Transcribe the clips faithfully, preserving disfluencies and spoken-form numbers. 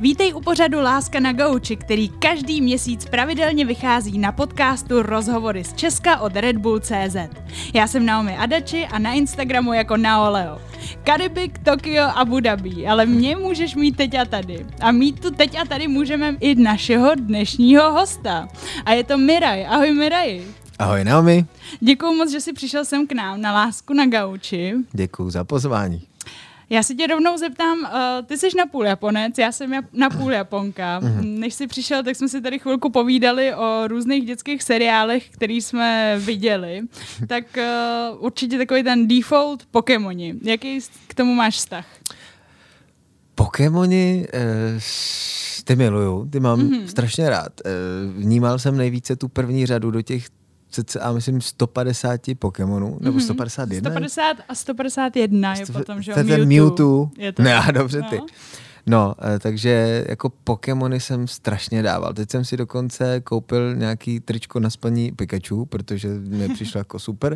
Vítej u pořadu Láska na gauči, který každý měsíc pravidelně vychází na podcastu Rozhovory z Česka od Red Bull tečka cé zet. Já jsem Naomi Adachi a na Instagramu jako Naoleo. Karibik, Tokio, Abu Dhabi, ale mě můžeš mít teď a tady. A mít tu teď a tady můžeme i našeho dnešního hosta. A je to Miraj. Ahoj Miraj. Ahoj Naomi. Děkuju moc, že jsi přišel sem k nám na Lásku na gauči. Děkuju za pozvání. Já se tě rovnou zeptám, uh, ty jsi napůl Japonec, já jsem jap- napůl Japonka. Mm-hmm. Než jsi přišel, tak jsme si tady chvilku povídali o různých dětských seriálech, který jsme viděli. Tak uh, určitě takový ten default Pokémoni. Jaký k tomu máš vztah? Pokémoni, eh, ty miluju, ty mám mm-hmm. strašně rád. Eh, vnímal jsem nejvíce tu první řadu do těch cca, myslím, sto padesát Pokémonů, nebo sto padesát jedna? sto padesát a sto padesát jedna je potom, že jo, Mewtwo. Mewtwo. Je to ne, dobře ty. No. No, takže jako Pokémony jsem strašně dával. Teď jsem si dokonce koupil nějaký tričko na spaní Pikachu, protože mi přišlo jako super.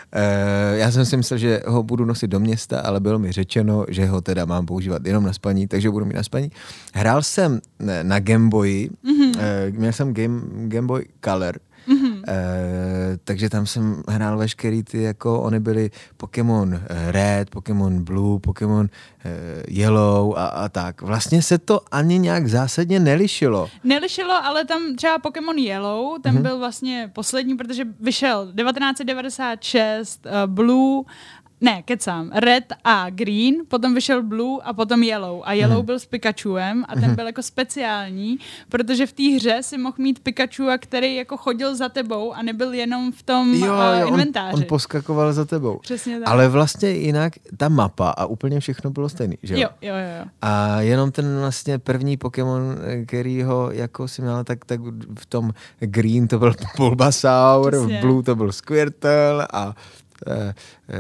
E, já jsem si myslel, že ho budu nosit do města, ale bylo mi řečeno, že ho teda mám používat jenom na spaní, takže budu mít na spaní. Hrál jsem na Game Boyi, mm-hmm. e, měl jsem Game, Game Boy Color, Mm-hmm. Uh, takže tam jsem hrál veškerý ty, jako oni byli Pokémon Red, Pokémon Blue, Pokémon uh, Yellow a, a tak. Vlastně se to ani nějak zásadně nelišilo. Nelišilo, ale tam třeba Pokémon Yellow, ten mm-hmm. byl vlastně poslední, protože vyšel devatenáct set devadesát šest, uh, Blue, ne, kecám, Red a Green, potom vyšel Blue a potom Yellow. A Yellow hmm. byl s Pikachuem a ten hmm. byl jako speciální, protože v té hře si mohl mít Pikachu, který jako chodil za tebou a nebyl jenom v tom jo, uh, inventáři. On, on poskakoval za tebou. Přesně tak. Ale vlastně jinak ta mapa a úplně všechno bylo stejný, že jo? Jo, jo, jo. A jenom ten vlastně první Pokémon, kterýho jako si měla, tak, tak v tom Green to byl Bulbasaur, Přesně. v Blue to byl Squirtle a Eh,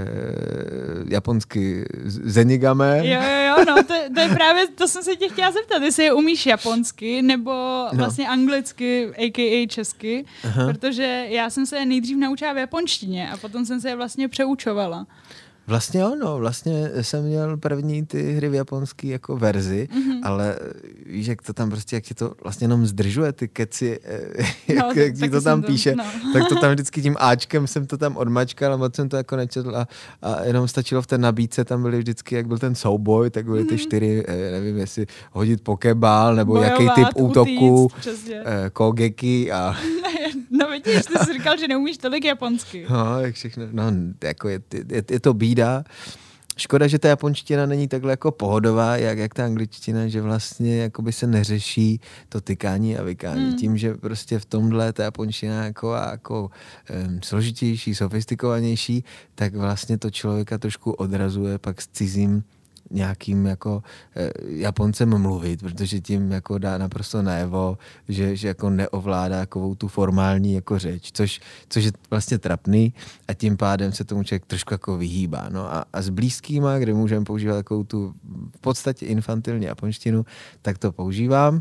eh, japonsky Zenigame. Jo, jo, jo, no, to, to je právě, to jsem se tě chtěla zeptat, jestli je umíš japonsky, nebo vlastně no. anglicky, a k a česky, Aha. protože já jsem se nejdřív naučila v japonštině a potom jsem se je vlastně přeučovala. Vlastně ono, vlastně jsem měl první ty hry v japonský jako verzi, mm-hmm. ale víš, jak to tam prostě, jak ti to vlastně jenom zdržuje ty keci, jak, no, jak ti to tam to, píše, no. tak to tam vždycky tím áčkem jsem to tam odmačkal a moc jsem to jako nečetl a, a jenom stačilo v té nabídce, tam byly vždycky, jak byl ten souboj, tak byly ty čtyři, nevím, jestli hodit pokeball, nebo Bojovat, jaký typ útoku, eh, kogeki a... No vidíš, ty jsi říkal, že neumíš tolik japonsky. No, jak všechno, no, jako je, je, je to bída. Škoda, že ta japonština není takhle jako pohodová, jak, jak ta angličtina, že vlastně jakoby se neřeší to tykání a vykání. Mm. Tím, že prostě v tomhle ta japonština jako, jako um, složitější, sofistikovanější, tak vlastně to člověka trošku odrazuje pak s cizím nějakým jako eh, Japoncem mluvit, protože tím jako dá naprosto najevo, že, že jako neovládá takovou tu formální jako řeč, což, což je vlastně trapný a tím pádem se tomu člověk trošku jako vyhýbá. No a, a s blízkýma, kde můžeme používat takovou tu v podstatě infantilní japonštinu, tak to používám.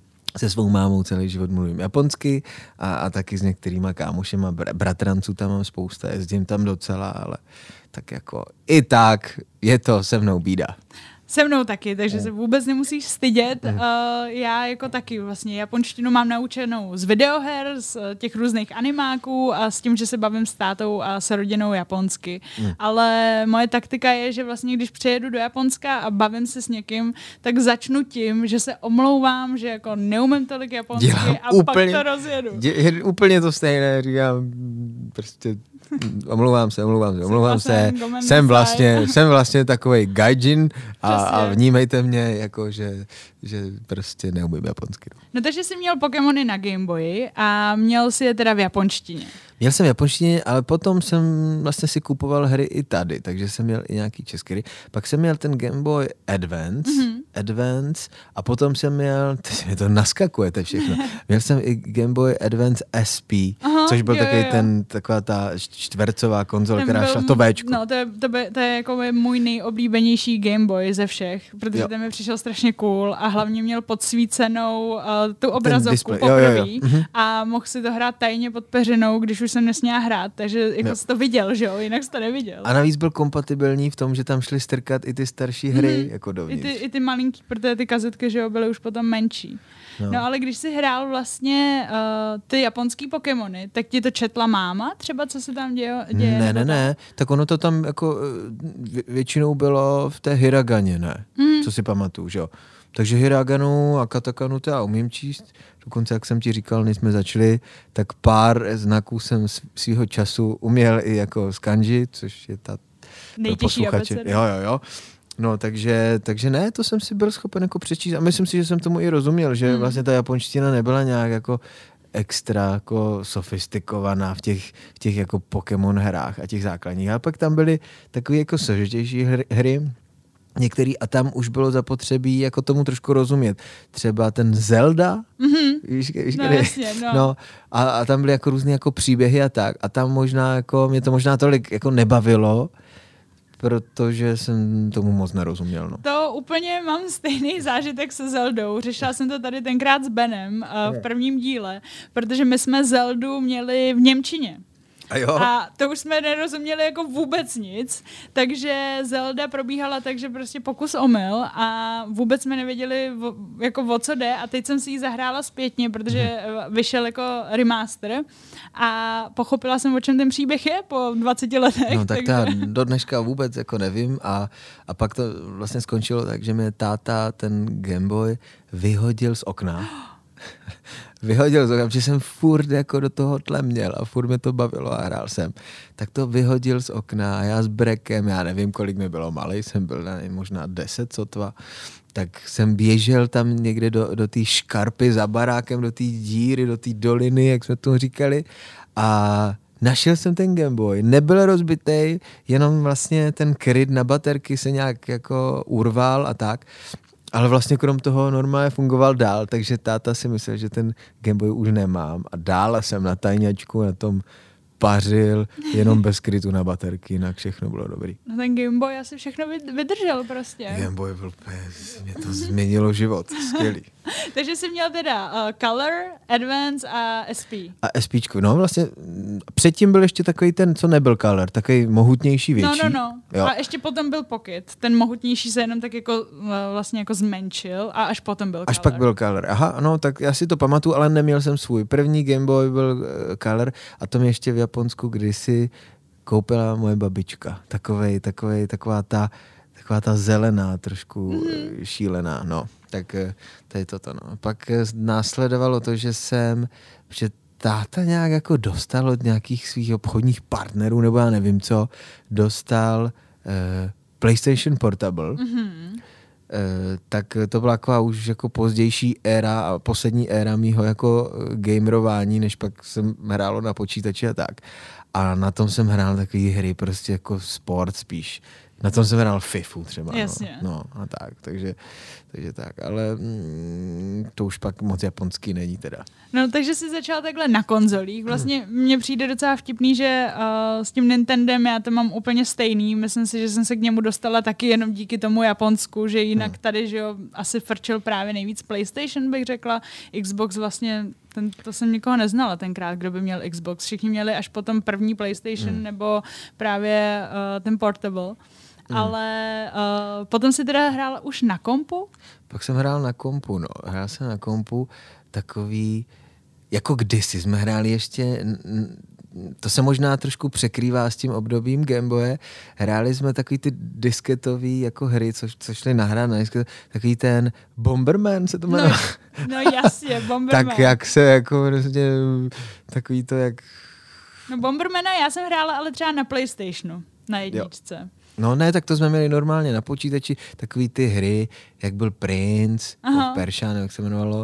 Se svou mámou celý život mluvím japonsky a, a taky s některýma kámošema, br- bratranců tam mám spousta, jezdím tam docela, ale tak jako i tak je to se mnou bída. Se mnou taky, takže mm. se vůbec nemusíš stydět. Mm. Uh, já jako taky vlastně japonštinu mám naučenou z videoher, z těch různých animáků a s tím, že se bavím s tátou a s rodinou japonsky. Mm. Ale moje taktika je, že vlastně když přijedu do Japonska a bavím se s někým, tak začnu tím, že se omlouvám, že jako neumím tolik japonsky Dělám a úplně, pak to rozjedu. Dě, úplně to stejné, říkám prostě omlouvám se, omlouvám se, omlouvám se, jsem vlastně, jsem vlastně takovej gaijin a, a vnímejte mě jako, že, že prostě neumím japonsky. No takže jsi měl Pokémony na Game Boyi a měl si je teda v japonštině. Měl jsem v japonštině, ale potom jsem vlastně si kupoval hry i tady, takže jsem měl i nějaký český hry. Pak jsem měl ten Game Boy Advance, mm-hmm. Advance a potom jsem měl, teď mi to naskakujete všechno, měl jsem i Game Boy Advance S P, Aha. což byl jo, takový jo. ten, taková ta čtvercová konzole, která šla to Bčko. No, to je, to, by, to je jako můj nejoblíbenější Game Boy ze všech, protože jo. ten mi přišel strašně cool a hlavně měl podsvícenou uh, tu obrazovku poprvé a mohl si to hrát tajně pod peřinou, když už jsem nesměla hrát, takže jako jo. jsi to viděl, že jo, jinak jsi to neviděl. A navíc byl kompatibilní v tom, že tam šli strkat i ty starší hry mm-hmm. jako dovnitř. I ty, i ty malinký, protože ty kazetky, že jo, byly už potom menší. No. no ale když jsi hrál vlastně uh, ty japonský Pokémony, tak ti to četla máma třeba, co se tam děje? děje ne, ne, ne, tak ono to tam jako většinou bylo v té hiraganě, ne, mm. co si pamatuju, že jo. Takže hiraganu a katakanu to já umím číst, dokonce jak jsem ti říkal, než jsme začali, tak pár znaků jsem svýho času uměl i jako z kanji, což je ta nejtěžší abeceda. Jo, jo, jo. No, takže, takže ne, to jsem si byl schopen jako přečíst a myslím si, že jsem tomu i rozuměl, že hmm. vlastně ta japonština nebyla nějak jako extra jako sofistikovaná v těch, v těch jako Pokémon hrách a těch základních. A pak tam byly takové jako složitější hry, hry některý a tam už bylo zapotřebí jako tomu trošku rozumět. Třeba ten Zelda, mm-hmm. víš, víš no, kdy? Jasně, no. no a, a tam byly jako různé jako příběhy a tak. A tam možná jako, mě to možná tolik jako nebavilo, protože jsem tomu moc nerozuměl. No. To úplně mám stejný zážitek se Zeldou. Řešila jsem to tady tenkrát s Benem uh, v prvním díle, protože my jsme Zeldu měli v němčině. A, jo? a to už jsme nerozuměli jako vůbec nic, takže Zelda probíhala tak, že prostě pokus omyl a vůbec jsme nevěděli o, jako o co jde a teď jsem si ji zahrála zpětně, protože vyšel jako remaster a pochopila jsem, o čem ten příběh je po dvaceti letech. No tak takže... já do dneška vůbec jako nevím a, a pak to vlastně skončilo tak, že mě táta ten Game Boy vyhodil z okna. vyhodil z okna, protože jsem furt jako do toho tle měl a furt mě to bavilo a hrál jsem. Tak to vyhodil z okna a já s brekem, já nevím, kolik mi bylo malej, jsem byl na možná deset sotva, tak jsem běžel tam někde do, do té škarpy za barákem, do té díry, do té doliny, jak jsme to říkali a našel jsem ten Game Boy, nebyl rozbitej, jenom vlastně ten kryt na baterky se nějak jako urval a tak. Ale vlastně krom toho normálně fungoval dál, takže táta si myslel, že ten Game Boy už nemám a dále jsem na tajňačku na tom pařil, jenom bez krytu na baterky, jinak všechno bylo dobrý. No ten Game Boy asi všechno vydržel prostě. Game Boy byl, mě to změnilo život, skvělý. Takže jsi měl teda uh, Color, Advance a S P. A SPčko, no vlastně předtím byl ještě takový ten, co nebyl Color, takový mohutnější, větší. No, no, no. Jo. A ještě potom byl Pocket. Ten mohutnější se jenom tak jako vlastně jako zmenšil a až potom byl Až Color. pak byl Color. Aha, no, tak já si to pamatuju, ale neměl jsem svůj. První Game Boy byl uh, Color a to mě ještě v Japonsku kdysi koupila moje babička. Takovej, takovej, taková ta, taková ta zelená, trošku mm-hmm. šílená, no. Tak to je toto, no. Pak následovalo to, že jsem, že táta nějak jako dostal od nějakých svých obchodních partnerů, nebo já nevím co, dostal uh, PlayStation Portable. Mm-hmm. Uh, tak to byla taková už jako pozdější éra a poslední éra mýho jako gamerování, než pak jsem hrálo na počítači a tak. A na tom jsem hrál takové hry, prostě jako sport spíš. Na tom jsem hrál FIFU třeba. Jasně. No, no a tak, takže, takže tak, ale mm, to už pak moc japonský není teda. No, takže jsi začal takhle na konzolích. Vlastně mně přijde docela vtipný, že uh, s tím Nintendem já to mám úplně stejný. Myslím si, že jsem se k němu dostala taky jenom díky tomu Japonsku, že jinak tady, že jo, asi frčil právě nejvíc PlayStation, bych řekla. Xbox vlastně, ten, to jsem nikoho neznala tenkrát, kdo by měl Xbox. Všichni měli až potom první PlayStation hmm. nebo právě uh, ten Portable. Hmm. Ale uh, potom si teda hrál už na kompu? Pak jsem hrál na kompu, no. Hrál jsem na kompu takový, jako kdysi jsme hráli ještě, to se možná trošku překrývá s tím obdobím Gameboye, hráli jsme takový ty disketový jako hry, co, co šli nahrát na disket, takový ten Bomberman se to jmenuje. No, no jasně, Bomberman. Tak jak se jako prostě, takový to jak... No Bombermana já jsem hrála ale třeba na PlayStationu, na jedničce. Jo. No ne, tak to jsme měli normálně na počítači, takový ty hry, jak byl Prince, Persian, jak se jmenovalo,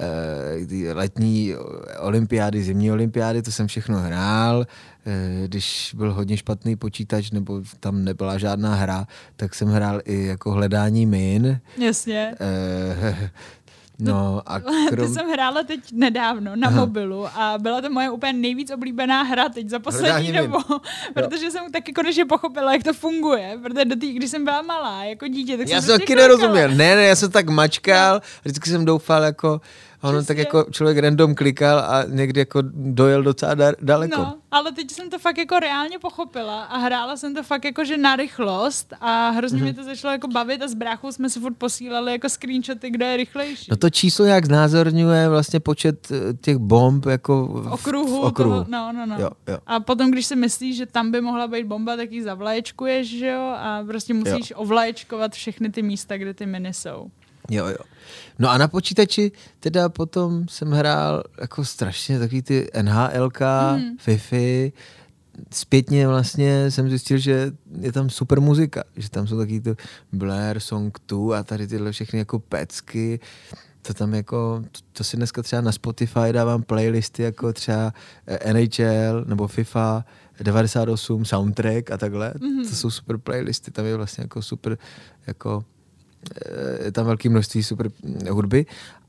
e, letní olympiády, zimní olympiády, to jsem všechno hrál, e, když byl hodně špatný počítač, nebo tam nebyla žádná hra, tak jsem hrál i jako hledání min. Jasně. E, No a krom... To jsem hrála teď nedávno na Aha. mobilu a byla to moje úplně nejvíc oblíbená hra teď za poslední dobu, protože jsem taky konečně pochopila, jak to funguje, protože do tý, když jsem byla malá jako dítě, tak já jsem jsem taky nerozuměl. Ne, ne, já jsem tak mačkal, vždycky jsem doufal jako ono tak jako člověk random klikal a někdy jako dojel docela daleko. No, ale teď jsem to fakt jako reálně pochopila a hrála jsem to fakt jako, že na rychlost a hrozně mm-hmm. mě to začalo jako bavit a s bráchou jsme si furt posílali jako screenshoty, kdo je rychlejší. No to číslo jak znázorňuje vlastně počet těch bomb jako v okruhu. V okruhu. Toho, no, no, no. Jo, jo. A potom, když si myslíš, že tam by mohla být bomba, tak ji zavlaječkuješ, že jo? A prostě musíš jo. ovlaječkovat všechny ty místa, kde ty miny jsou. Jo, jo. No a na počítači teda potom jsem hrál jako strašně takový ty N H L ka, mm. Fifi. Zpětně vlastně jsem zjistil, že je tam super muzika, že tam jsou taky to Blair Song dva a tady tyhle všechny jako pecky. To tam jako, to, to si dneska třeba na Spotify dávám playlisty jako třeba N H L nebo FIFA devadesát osm soundtrack a takhle. Mm. To jsou super playlisty, tam je vlastně jako super jako je tam velké množství super hudby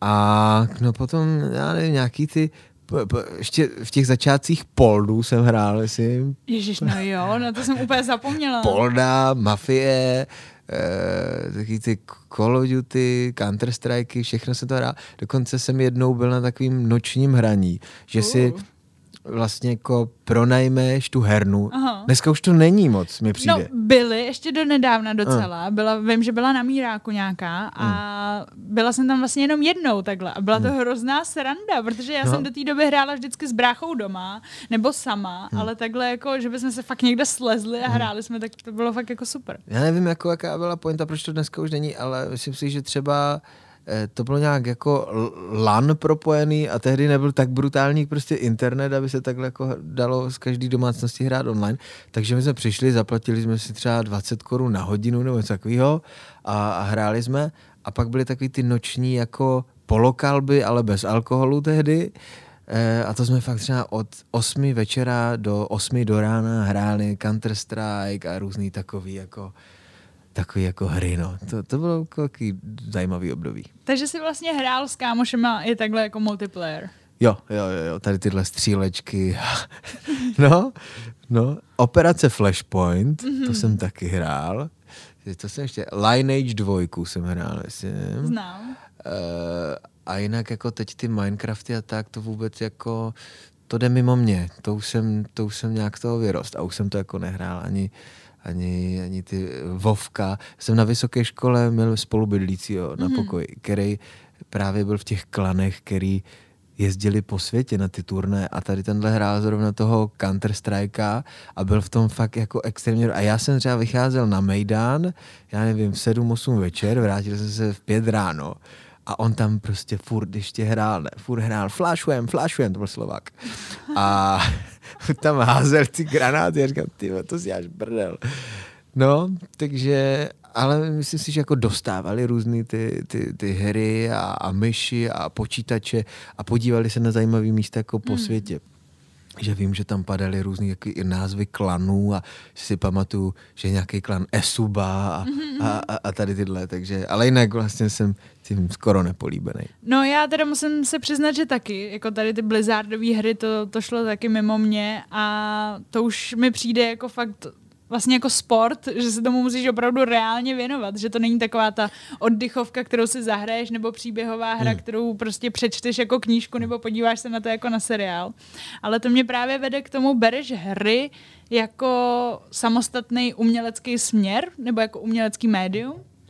a no potom, já nevím, nějaký ty p- p- ještě v těch začátcích Poldů jsem hrál, myslím. Ježiš, no jo, no to jsem úplně zapomněla. Polda, Mafie, eh, taky ty Call of Duty, Counter-Strike, všechno jsem to hrál. Dokonce jsem jednou byl na takovým nočním hraní, že uh. si vlastně jako pronajmeš tu hernu. Aha. Dneska už to není moc, mi přijde. No, byly ještě do nedávna docela. Byla, vím, že byla na Míráku nějaká a mm. byla jsem tam vlastně jenom jednou takhle. A byla to mm. hrozná sranda, protože já no. jsem do té doby hrála vždycky s bráchou doma, nebo sama, mm. ale takhle jako, že bychom se fakt někde slezli a hráli mm. jsme, tak to bylo fakt jako super. Já nevím, jako, jaká byla pointa, proč to dneska už není, ale myslím si, že třeba to bylo nějak jako LAN propojený a tehdy nebyl tak brutální prostě internet, aby se takhle jako dalo z každé domácnosti hrát online. Takže my jsme přišli, zaplatili jsme si třeba dvacet korun na hodinu nebo něco takového a, a hráli jsme. A pak byly takový ty noční jako polokalby, ale bez alkoholu tehdy. E, a to jsme fakt třeba od osmi večera do osmi do rána hráli Counter-Strike a různý takový jako takový jako hry, no. To, to bylo takový zajímavý období. Takže jsi vlastně hrál s kámošema i takhle jako multiplayer. Jo, jo, jo, tady tyhle střílečky. no, no, Operace Flashpoint, mm-hmm. to jsem taky hrál. To jsem ještě, Lineage dva jsem hrál, myslím. Znám. Uh, a jinak jako teď ty Minecrafty a tak, to vůbec jako, to jde mimo mě. To už jsem, to už jsem nějak toho vyrost a už jsem to jako nehrál ani Ani, ani ty Vovka. Jsem na vysoké škole měl spolubydlícího na pokoji, mm. který právě byl v těch klanech, který jezdili po světě na ty turné a tady tenhle hrál zrovna toho Counter-Strikea a byl v tom fakt jako extrémně. A já jsem třeba vycházel na Mejdán, já nevím, v sedm osm večer, vrátil jsem se v pět ráno a on tam prostě furt ještě hrál, ne, furt hrál, flashujem, flashujem, to byl Slovák. A tam házel ty granáty a říkám, ty, to si až brdel. No, takže, ale myslím si, že jako dostávali různý ty, ty, ty hry a, a myši a počítače a podívali se na zajímavý místa jako po hmm. světě. Že vím, že tam padaly různý jaký názvy klanů a že si pamatuju, že je nějaký klan Esuba a, mm-hmm. a, a, a tady tyhle, takže, ale jinak vlastně jsem tím skoro nepolíbený. No já teda musím se přiznat, že taky, jako tady ty Blizzardové hry, to, to šlo taky mimo mě a to už mi přijde jako fakt vlastně jako sport, že se tomu musíš opravdu reálně věnovat, že to není taková ta oddychovka, kterou si zahraješ, nebo příběhová hra, hmm. kterou prostě přečteš jako knížku, nebo podíváš se na to jako na seriál. Ale to mě právě vede k tomu, bereš hry jako samostatný umělecký směr, nebo jako umělecký médium?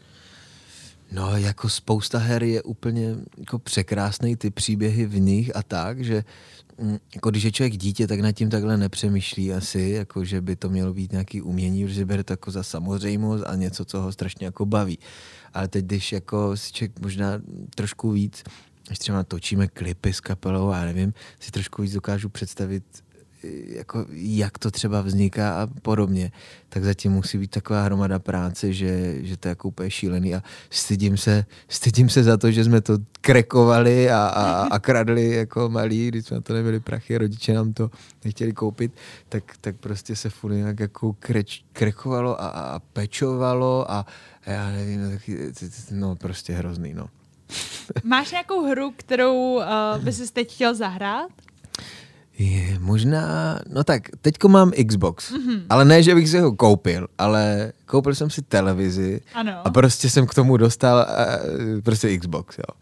No, jako spousta her je úplně jako překrásnej, ty příběhy v nich a tak, že jako když je člověk dítě, tak nad tím takhle nepřemýšlí asi, jako že by to mělo být nějaký umění, protože bere to jako za samozřejmost a něco, co ho strašně jako baví. Ale teď, když jako si člověk možná trošku víc, když třeba točíme klipy s kapelou a nevím, si trošku víc dokážu představit, jako jak to třeba vzniká a podobně, tak zatím musí být taková hromada práce, že, že to je jako úplně šílený a stydím se, stydím se za to, že jsme to krekovali a, a, a kradli jako malí, když jsme na to neměli prachy, rodiče nám to nechtěli koupit, tak, tak prostě se furt nějak jako kreč, krekovalo a, a pečovalo a já nevím, no, taky, no prostě hrozný, no. Máš nějakou hru, kterou uh, bys si teď chtěl zahrát? Je, možná, no tak, teďko mám Xbox, mm-hmm. ale ne, že bych si ho koupil, ale koupil jsem si televizi ano. a prostě jsem k tomu dostal uh, prostě Xbox, jo.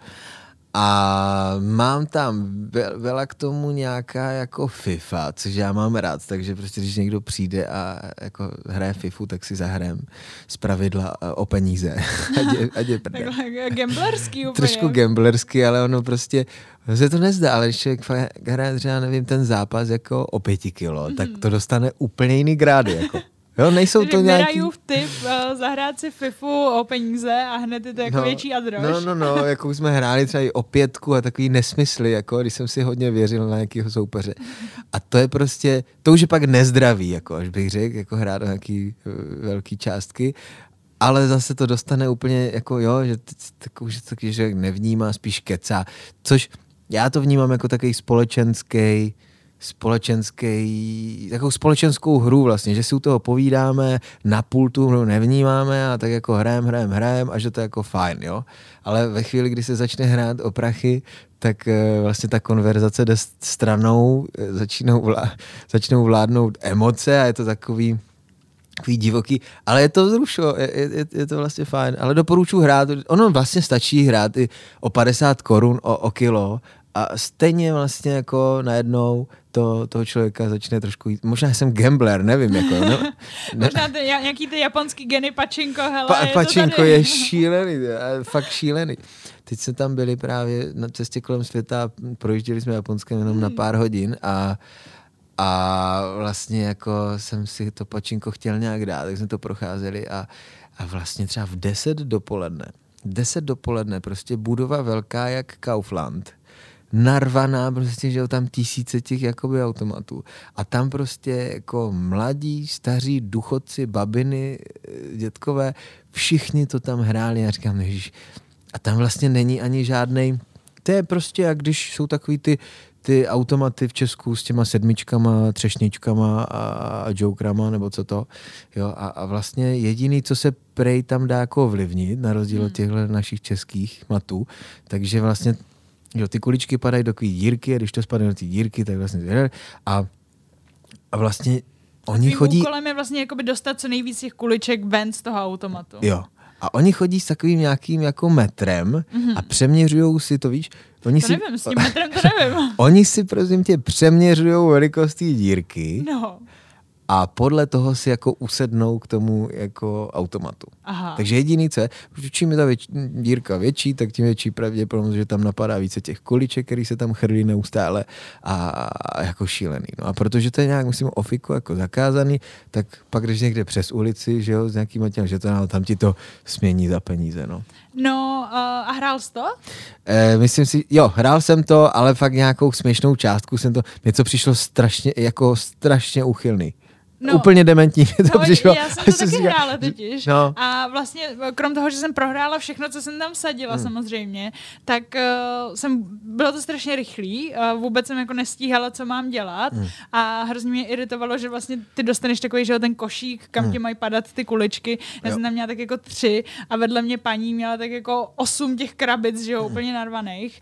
A mám tam, byla k tomu nějaká jako FIFA, což já mám rád, takže prostě když někdo přijde a jako hraje FIFU, tak si zahrajem z pravidla o peníze. ať je, ať je prdel. Takhle gamblerský úplně. Trošku gamblerský, ale ono prostě, se to nezdá, ale když člověk hraje třeba, nevím, ten zápas jako o pěti kilo, mm. tak to dostane úplně jiný grády, jako. Jo, nejsou to nějaký... Mirajův tip uh, zahrát si FIFU o peníze a hned je to jako no, větší adrož. No, no, no, jako jsme hráli třeba i o pětku a takový nesmysly, jako když jsem si hodně věřil na nějakého soupeře. A to je prostě, to už je pak nezdravý, jako až bych řekl, jako hrát o nějaký uh, velký částky, ale zase to dostane úplně jako jo, že takový, že taky, že nevnímá, spíš kecá, což já to vnímám jako takový společenský společenský, takovou společenskou hru vlastně, že si u toho povídáme, na pultu hru nevnímáme a tak jako hrajem, hrajem, hrajem a že to je jako fajn, jo. Ale ve chvíli, kdy se začne hrát o prachy, tak vlastně ta konverzace jde stranou, začínou, vlá, začnou vládnout emoce a je to takový takový divoký, ale je to vzrušo, je, je, je to vlastně fajn, ale doporučuji hrát, ono vlastně stačí hrát i o padesát korun o, o kilo a stejně vlastně jako najednou to, toho člověka začne trošku jít. Možná jsem gambler, nevím, jako. No, ne. Možná ty, nějaký ty japonský geny pačinko, hele, pa, je pačinko to tady. je šílený, je fakt šílený. Teď jsme tam byli právě na cestě kolem světa, projížděli jsme Japonskem jenom hmm. na pár hodin a a vlastně jako jsem si to pačinko chtěl nějak dát, tak jsme to procházeli a, a vlastně třeba v deset dopoledne, deset dopoledne prostě budova velká jak Kaufland, narvaná prostě, že jo, tam tisíce těch jakoby automatů. A tam prostě jako mladí, staří, důchodci, babiny, dětkové, všichni to tam hráli a říkám, ježiš, a tam vlastně není ani žádnej, to je prostě jak když jsou takový ty ty automaty v Česku s těma sedmičkama, třešničkama a, a jokerama, nebo co to. Jo, a, a vlastně jediný, co se prej tam dá jako ovlivnit, na rozdíl hmm. od těchto našich českých matů, takže vlastně jo, ty kuličky padají do takový dírky a když to spadne do ty dírky, tak vlastně a, a vlastně oni Tvým chodí... úkolem je vlastně jakoby dostat co nejvíc těch kuliček ven z toho automatu. Jo. A oni chodí s takovým nějakým jako metrem mm-hmm. a přeměřujou si to, víš? Oni to si, nevím, s tím metrem to nevím. Oni si prosím tě přeměřujou velikost té dírky no. a podle toho si jako usednou k tomu jako automatu. Aha. Takže jediný co je, čím je ta věč, dírka větší, tak tím větší pravděpodobnost, že tam napadá více těch kuliček, který se tam chrlí neustále a, a jako šílený. No a protože to je nějak, myslím, ofiku jako zakázaný, tak pak když někde přes ulici, že jo, s nějakýma těm, že to no, tam ti to smění za peníze, no. No uh, a hrál jsi to? E, myslím si, jo, hrál jsem to, ale fakt nějakou směšnou částku jsem to, něco přišlo strašně, jako strašně uchylný. No, úplně dementní to no, přišlo. Já jsem to taky říkal, hrála totiž. No. A vlastně krom toho, že jsem prohrála všechno, co jsem tam vsadila hmm. samozřejmě, tak uh, jsem, bylo to strašně rychlý, uh, vůbec jsem jako nestíhala, co mám dělat hmm. a hrozně mě iritovalo, že vlastně ty dostaneš takový, že ten košík, kam hmm. ti mají padat ty kuličky. Já jo. jsem tam měla tak jako tři a vedle mě paní měla tak jako osm těch krabic, že jo, hmm. úplně narvaných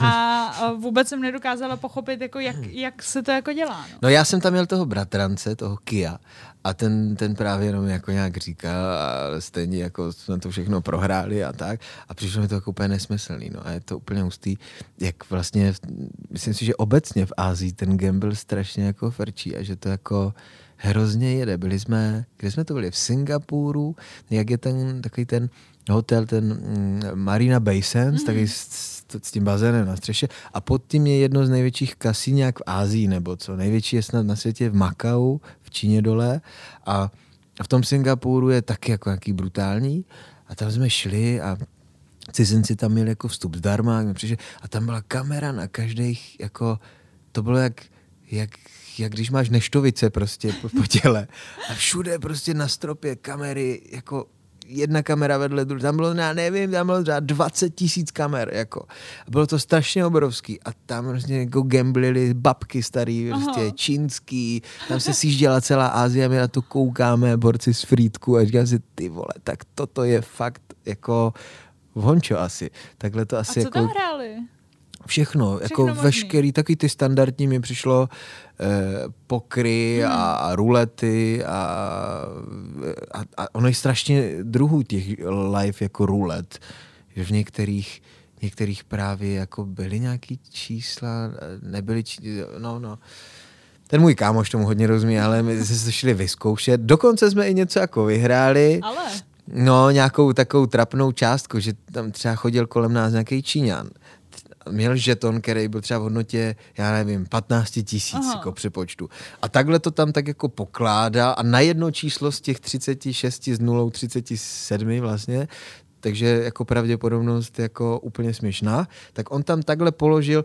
a uh, vůbec jsem nedokázala pochopit, jako jak, jak se to jako dělá. No. no já jsem tam měl toho bratrance, toho Kia, a ten, ten právě jenom jako nějak říkal a stejně jako jsme to všechno prohráli a tak a přišlo mi to jako úplně nesmyslný, no a je to úplně hustý, jak vlastně, myslím si, že obecně v Asii ten gamble strašně jako frčí a že to jako hrozně jede. Byli jsme, kde jsme to byli? V Singapuru, jak je ten takový ten hotel, ten mm, Marina Bay Sands, mm. taky s, s, s tím bazénem na střeše a pod tím je jedno z největších kasíňák v Asii, nebo co, největší je snad na světě v Makau, v Číně dole a v tom Singapuru je taky jako nějaký brutální a tam jsme šli a cizinci tam měli jako vstup zdarma a tam byla kamera na každých, jako to bylo jak, jak jak když máš neštovice prostě po, po těle a všude prostě na stropě kamery, jako jedna kamera vedle druhé, tam bylo, já nevím, tam bylo třeba dvacet tisíc kamer, jako. A bylo to strašně obrovský a tam prostě jako gamblili babky starý, prostě Aha. čínský, tam se sjížděla celá Asie, my na to koukáme, borci z Frýdku a říkám si, ty vole, tak toto je fakt jako v Hončo asi. Takhle to asi a co jako... tam hráli? Všechno, Všechno jako možný. veškerý, taky ty standardní mi přišlo eh, pokry hmm. a, a rulety a, a, a ono je strašně druhů těch live jako rulet, že v některých, některých právě jako byly nějaký čísla, nebyly čísla, no no. Ten můj kámoš tomu hodně rozumí, ale my jsme se šli vyzkoušet. Dokonce jsme i něco jako vyhráli. Ale? No, nějakou takovou trapnou částku, že tam třeba chodil kolem nás nějaký Číňan. Měl žeton, který byl třeba v hodnotě, já nevím, patnáct tisíc jako při počtu. A takhle to tam tak jako pokládá a na jedno číslo z těch třicet šest s nulou třicet sedm vlastně, takže jako pravděpodobnost jako úplně směšná, tak on tam takhle položil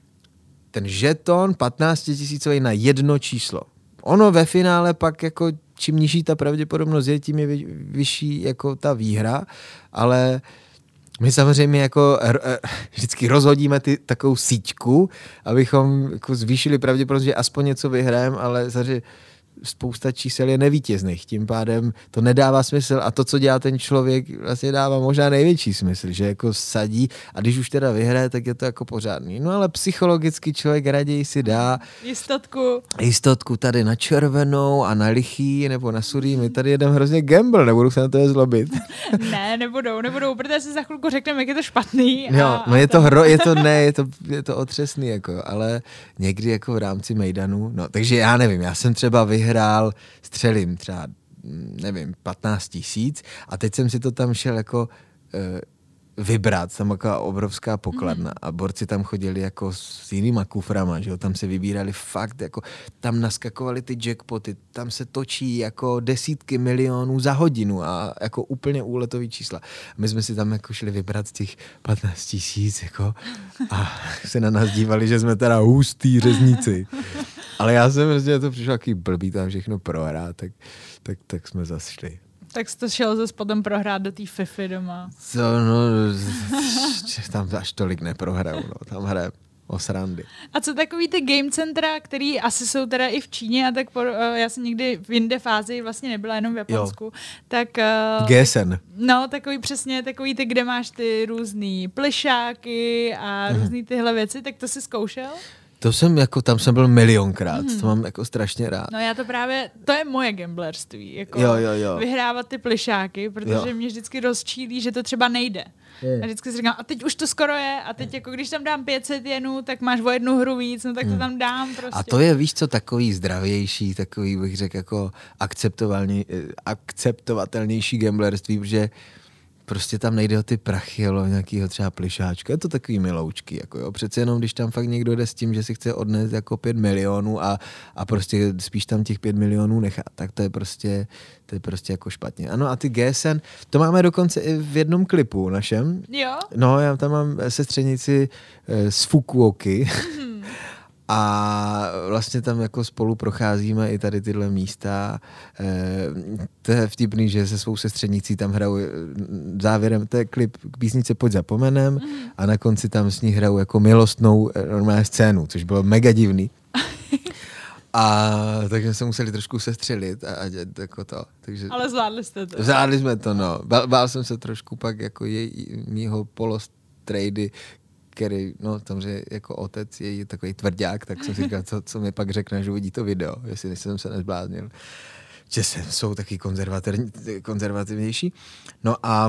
ten žeton patnáctitisícový na jedno číslo. Ono ve finále pak jako čím nižší ta pravděpodobnost je, tím je vyšší jako ta výhra, ale my samozřejmě jako vždycky rozhodíme ty, takovou síťku, abychom jako zvýšili pravděpodobnost, že aspoň něco vyhrajeme, ale samozřejmě spousta čísel je nevítězných, tím pádem to nedává smysl a to, co dělá ten člověk, vlastně dává možná největší smysl, že jako sadí a když už teda vyhraje, tak je to jako pořádný. No ale psychologicky člověk raději si dá jistotku. Jistotku tady na červenou a na lichý nebo na sudý. My tady jedeme hrozně gamble, nebudu se na to je zlobit. Ne, nebudou, nebudou, protože si za chvilku řekneme, jak je to špatný. A, jo, no a je to hro, je to ne, je to, je to otřesný, jako, ale někdy jako v rámci mejdanu, no, takže já nevím, já jsem třeba vyhrál, střelím třeba, nevím, patnáct tisíc a teď jsem si to tam šel jako e, vybrat, tam taková obrovská pokladna a borci tam chodili jako s jinýma kuframa, že jo, tam se vybírali fakt, jako tam naskakovaly ty jackpoty, tam se točí jako desítky milionů za hodinu a jako úplně úletový čísla. My jsme si tam jako šli vybrat z těch patnáct tisíc, jako a se na nás dívali, že jsme teda hustý řezníci. Ale já jsem prostě to přišel takový blbý tam všechno prohrát, tak, tak, tak jsme zase šli. Tak jsi to šel zase potom prohrát do té Fify doma. Co, no, tam až tolik neprohraju, no, tam hraje o srandy. A co takový ty game centra, který asi jsou teda i v Číně a tak po, já jsem někdy v jinde fázi vlastně nebyla jenom v Japonsku, jo. tak... Uh, G S N. No, takový přesně, takový ty, kde máš ty různý plišáky a mm. různý tyhle věci, tak to jsi zkoušel? To jsem jako, tam jsem byl milionkrát, hmm. to mám jako strašně rád. No já to právě, to je moje gamblerství, jako jo, jo, jo. vyhrávat ty plišáky, protože jo. mě vždycky rozčílí, že to třeba nejde. Je. A vždycky si říkám, a teď už to skoro je, a teď jako když tam dám pět set jenů, tak máš o jednu hru víc, no tak to hmm. tam dám prostě. A to je, víš co, takový zdravější, takový bych řekl jako akceptovatelnější gamblerství, protože prostě tam nejde o ty prachy, ale o nějakýho třeba plišáčka. Je to takový miloučky, jako jo. Přece jenom, když tam fakt někdo jde s tím, že si chce odnést jako pět milionů a, a prostě spíš tam těch pět milionů nechá, tak to je prostě, to je prostě jako špatně. Ano a ty G S N, to máme dokonce i v jednom klipu našem. Jo? No, já tam mám sestřenici z Fukuoky. Mm. A vlastně tam jako spolu procházíme i tady tyhle místa. E, to je vtipný, že se svou sestřenicí tam hrajou závěrem, to je klip k písnice Pojď zapomenem mm. a na konci tam s ní hrajou jako milostnou normální scénu, což bylo mega divný. A takže se museli trošku sestřelit a, a dět, jako to. Takže, ale zvládli jste to. Zvládli jsme to, no. Bál, bál jsem se trošku pak jako jej, mýho polostrejdy, který, no samozřejmě jako otec je takový tvrdák, tak jsem si říkal, co, co mi pak řekne, že uvidí to video, jestli jsem se nezbláznil. Že jsou taky konzervativnější. No a,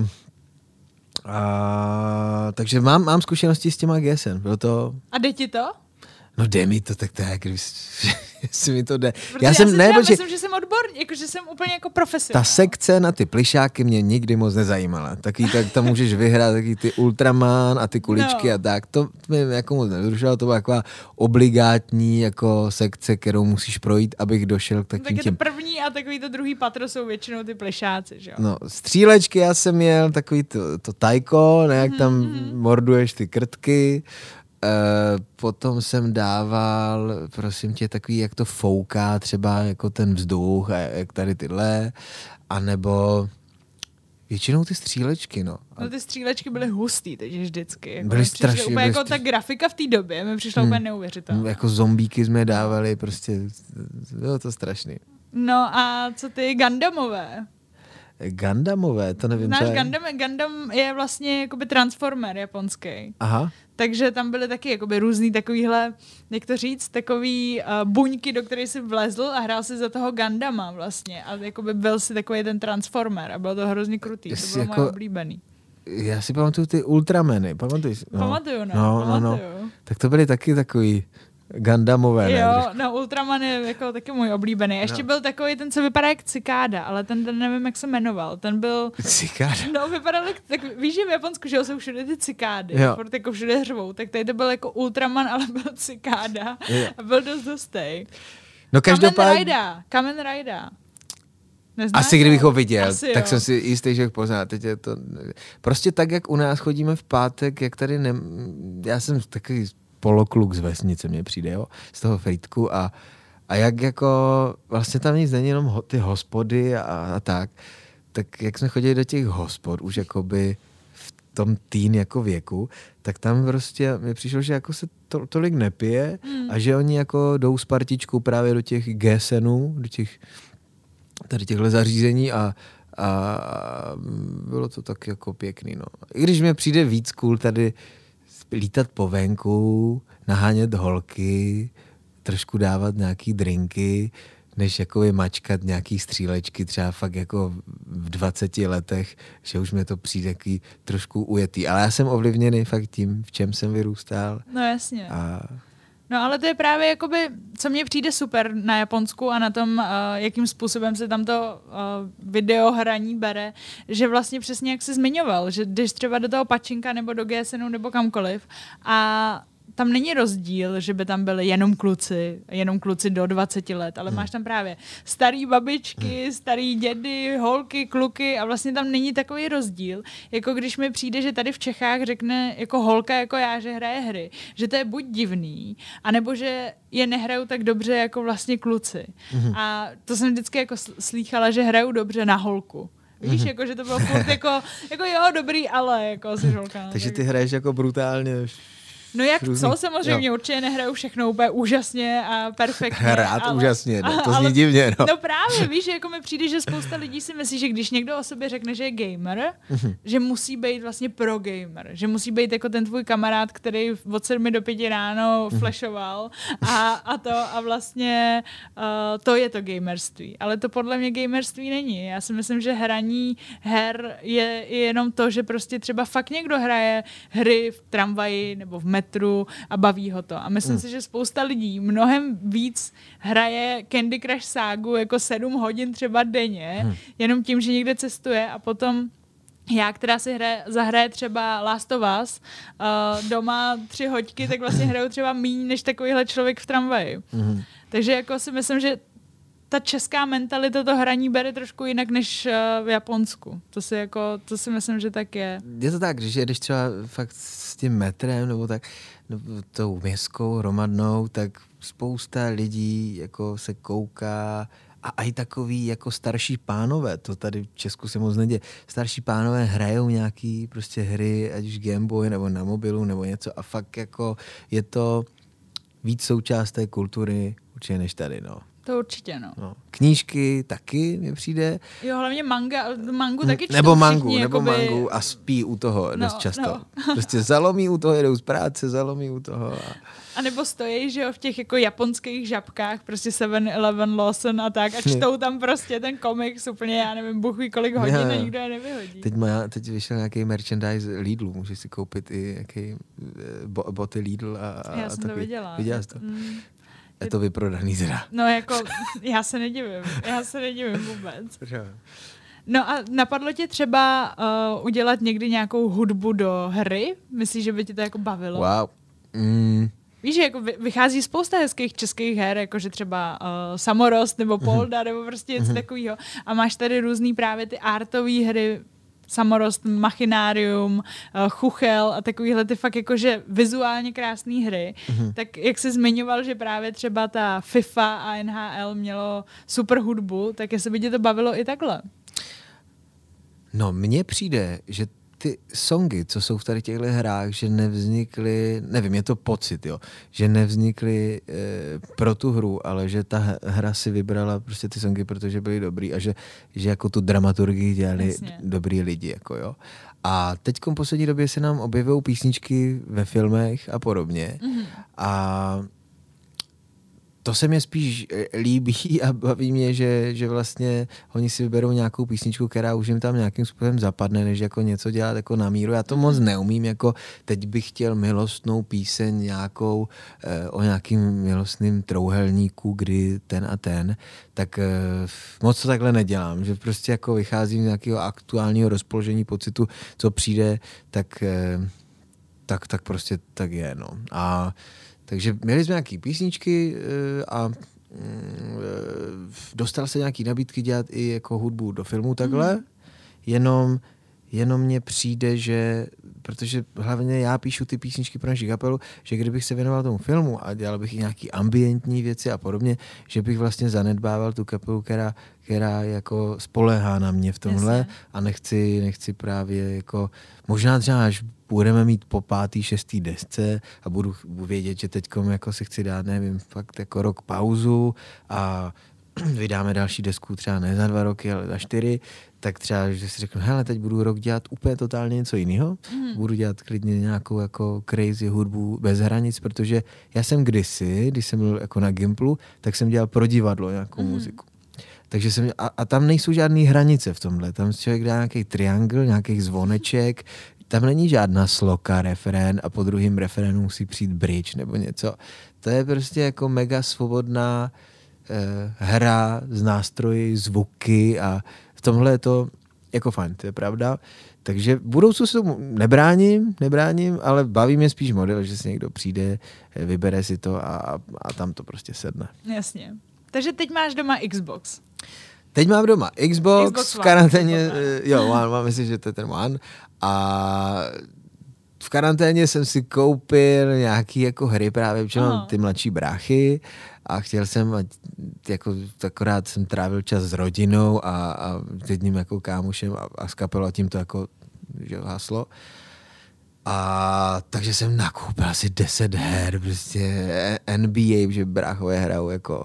a takže mám, mám zkušenosti s těma G S N. Bylo to... A jde ti to? No jde mi to, tak to je, když si mi to jde. Protože já, jsem, já ne, protože myslím, že jsem odborný, jako, že jsem úplně jako profesionál. Ta sekce na ty plišáky mě nikdy moc nezajímala. Taky tak tam můžeš vyhrát taky ty Ultraman a ty kuličky no. a tak. To mě jako moc nevzrušilo, to byla taková obligátní jako sekce, kterou musíš projít, abych došel k takým tak těm... Tak to první a takový to druhý patro jsou většinou ty plišáci, že jo? No, střílečky já jsem měl, takový to, to tajko, ne, jak tam mm-hmm. morduješ ty krtky. Uh, potom jsem dával, prosím tě, takový, jak to fouká, třeba jako ten vzduch, a jak tady tyhle, anebo většinou ty střílečky, no. No ty střílečky byly hustý, takže vždycky. Jako byly strašně. Úplně jako ta grafika v té době mi přišla hmm. úplně neuvěřitelná. Jako zombíky jsme dávali, prostě bylo to strašný. No a co ty Gundamové? Gundamové, to nevím, Znáš co je. Gundam? Gundam je vlastně jakoby Transformer japonský. Aha. Takže tam byly taky jakoby různý takovýhle, jak to říct, takový uh, buňky, do kterých si vlezl a hrál si za toho Gundama vlastně. A jakoby byl si takový ten Transformer a bylo to hrozně krutý. Jsi to bylo jako... moje oblíbený. Já si pamatuju ty Ultrameny, pamatuješ? No. Pamatuju, no. No, no, no. Tak to byly taky takový Gundamové, ne? Jo, no Ultraman je jako taky můj oblíbený. Ještě no. byl takový ten, co vypadá jak cikáda, ale ten, ten nevím, jak se jmenoval. Ten byl... Cikáda? No, vypadal tak, víš, že v Japonsku, že jsou všude ty cikády, furt jako všude hřvou, tak tady to byl jako Ultraman, ale byl cikáda jo. a byl dost dostej. No každopádně... Kamen Rider, Kamen Rider. Neznáš Asi kdybych ho viděl, Asi tak jo. jsem si jistý, že ho pozná. Teď je to... Prostě tak, jak u nás chodíme v pátek, jak tady ne... Já jsem takový polokluk z vesnice, mně přijde, jo, z toho Frýdku a, a jak jako vlastně tam nic není, jenom ho, ty hospody a, a tak, tak jak jsme chodili do těch hospod už jakoby v tom teen jako věku, tak tam prostě mi přišlo, že jako se to, tolik nepije hmm. a že oni jako jdou s partičkou právě do těch gésenů, do těch tady těchhle zařízení a a bylo to tak jako pěkný, no. I když mi přijde víc cool tady lítat po venku, nahánět holky, trošku dávat nějaký drinky, než jako mačkat nějaký střílečky třeba fakt jako v dvaceti letech, že už mi to přijde takový trošku ujetý. Ale já jsem ovlivněný fakt tím, v čem jsem vyrůstal. No jasně. A... No ale to je právě jakoby, co mně přijde super na Japonsku a na tom, uh, jakým způsobem se tam to uh, videohraní bere, že vlastně přesně jak jsi zmiňoval, že jdeš třeba do toho pačinka nebo do G S N nebo kamkoliv a tam není rozdíl, že by tam byli jenom kluci, jenom kluci do dvaceti let, ale hmm. máš tam právě starý babičky, hmm. starý dědy, holky, kluky a vlastně tam není takový rozdíl, jako když mi přijde, že tady v Čechách řekne jako holka jako já, že hraje hry, že to je buď divný, anebo že je nehrajou tak dobře jako vlastně kluci. Hmm. A to jsem vždycky jako slýchala, že hrajou dobře na holku. Víš, mm-hmm. jako, že to bylo furt jako, jako jo, dobrý, ale jako si žolka. Takže ty hraješ jako brutálně. No jak různý, co, samozřejmě, jo. Určitě nehraju všechno úplně úžasně a perfektně. Rád ale, úžasně, no, to ale, zní divně, no. No právě, víš, jako mi přijde, že spousta lidí si myslí, že když někdo o sobě řekne, že je gamer, mm-hmm. že musí být vlastně pro gamer, že musí být jako ten tvůj kamarád, který od sedmi do pěti ráno mm-hmm. flashoval a, a to a vlastně uh, to je to gamerství. Ale to podle mě gamerství není. Já si myslím, že hraní her je, je jenom to, že prostě třeba fakt někdo hraje hry v tramvaji nebo v metru a baví ho to. A myslím hmm. si, že spousta lidí mnohem víc hraje Candy Crush ságu jako sedm hodin třeba denně, hmm. jenom tím, že někde cestuje a potom já, která si hraje, zahraje třeba Last of Us uh, doma tři hoďky, tak vlastně hraju třeba míň než takovýhle člověk v tramvaji. Hmm. Takže jako si myslím, že ta česká mentalita to hraní bere trošku jinak než uh, v Japonsku. To si, jako, to si myslím, že tak je. Je to tak, že jdeš třeba fakt s tím metrem nebo tak, nebo tou městskou hromadnou, tak spousta lidí jako se kouká a i takový jako starší pánové, to tady v Česku se moc neděje, starší pánové hrajou nějaký prostě hry, ať už Gameboy nebo na mobilu nebo něco a fakt jako je to víc součást té kultury určitě než tady, no. To určitě, no. no. Knížky taky mi přijde. Jo, hlavně manga, mangu taky čtou Nebo mangu, všichni, nebo jakoby... mangu a spí u toho no, dost často. No. Prostě zalomí u toho, jedou z práce, zalomí u toho. A, a nebo stojí, že jo, v těch jako japonských žabkách, prostě seven eleven Lawson a tak a čtou tam prostě ten komiks úplně, já nevím, bůh ví kolik hodin a nikdo je nevyhodí. Teď, má, teď vyšel nějaký merchandise Lidlu, můžeš si koupit i jaký bo, boty Lidl a, a já jsem taky. to viděla. Viděla jsi to? Mm. Je to vyprodaný teda. No jako, já se nedivím. Já se nedivím vůbec. No a napadlo tě třeba uh, udělat někdy nějakou hudbu do hry? Myslíš, že by tě to jako bavilo? Wow. Mm. Víš, že jako vychází spousta hezkých českých her, jakože třeba uh, Samorost nebo Polda, nebo prostě něco takového. A máš tady různý právě ty artové hry, Samorost, Machinárium, uh, Chuchel a takovýhle ty fakt jakože vizuálně krásné hry. Mm-hmm. Tak jak jsi zmiňoval, že právě třeba ta FIFA a N H L mělo super hudbu, tak jestli by tě to bavilo i takhle? No, mně přijde, že ty songy, co jsou v tady těchto hrách, že nevznikly, nevím, je to pocit, jo, že nevznikly e, pro tu hru, ale že ta hra si vybrala prostě ty songy, protože byly dobrý a že, že jako tu dramaturgii dělali Jasně. dobrý lidi, jako jo. A teďkom v poslední době se nám objevují písničky ve filmech a podobně. Mm-hmm. A to se mě spíš líbí a baví mě, že, že vlastně oni si vyberou nějakou písničku, která už jim tam nějakým způsobem zapadne, než jako něco dělat jako na míru. Já to moc neumím, jako teď bych chtěl milostnou píseň nějakou eh, o nějakým milostným trouhelníku, kdy ten a ten, tak eh, moc to takhle nedělám, že prostě jako vycházím z nějakého aktuálního rozpoložení pocitu, co přijde, tak, eh, tak, tak prostě tak je, no. A takže měli jsme nějaký písničky a dostal se nějaký nabídky dělat i jako hudbu do filmu takhle, mm. jenom, jenom mně přijde, že, protože hlavně já píšu ty písničky pro naši kapelu, že kdybych se věnoval tomu filmu a dělal bych i nějaký ambientní věci a podobně, že bych vlastně zanedbával tu kapelu, která, která jako spoléhá na mě v tomhle. Jasně. A nechci, nechci právě jako, možná třeba až budeme mít po pátý, šestý desce a budu vědět, že teďkom jako si chci dát, nevím, fakt jako rok pauzu a vydáme další desku třeba ne za dva roky, ale za čtyři, tak třeba, že si řeknu, hele, teď budu rok dělat úplně totálně něco jiného, mm. budu dělat klidně nějakou jako crazy hudbu bez hranic, protože já jsem kdysi, když jsem byl jako na Gimplu, tak jsem dělal pro divadlo nějakou mm. muziku. Takže jsem, a, a tam nejsou žádné hranice v tomhle, tam člověk dá nějaký triangl, nějaký zvoneček, tam není žádná sloka, refrén a po druhém refrénu musí přijít bridge nebo něco. To je prostě jako mega svobodná eh, hra z nástroji, zvuky a v tomhle je to jako fajn, to je pravda. Takže v budoucnu se tomu nebráním, nebráním, ale baví mě spíš model, že si někdo přijde, vybere si to a, a tam to prostě sedne. Jasně. Takže teď máš doma Xbox. Teď mám doma Xbox, Xbox v karanténě, jo, mám, mám myslím, že to je ten One. A v karanténě jsem si koupil nějaký jako hry právě, protože ty mladší bráchy a chtěl jsem, ať, jako akorát jsem trávil čas s rodinou a, a s jedním jako kámošem a, a s kapelou a tím to jako že haslo. A takže jsem nakoupil asi deset her, prostě N B A, že bráchové hrajou jako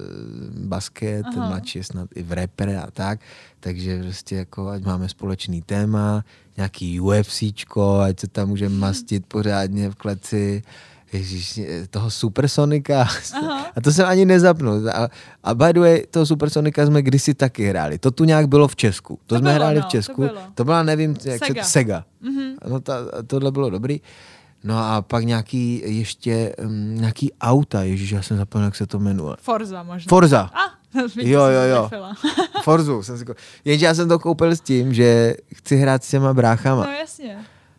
uh, basket, ten mladší je snad i v repre a tak, takže prostě jako ať máme společný téma, nějaký UFCčko, ať se tam můžeme mastit pořádně v kleci, Ježíš, toho Supersonika. A to jsem ani nezapnul. A, a by the way, toho Supersonika jsme kdysi taky hráli. To tu nějak bylo v Česku. To, to jsme bylo, hráli no, v Česku. To, to byla, nevím, jak Sega. Se, Sega. Mm-hmm. No, ta, tohle bylo dobrý. No a pak nějaký ještě, um, nějaký auta, ježíš, já jsem zapomněl, jak se to jmenuje. Forza možná. Forza. Ah, jo, jo, jo. Forzu. Jsem si ko... Jenže já jsem to koupil s tím, že chci hrát s těma bráchama. No jasně.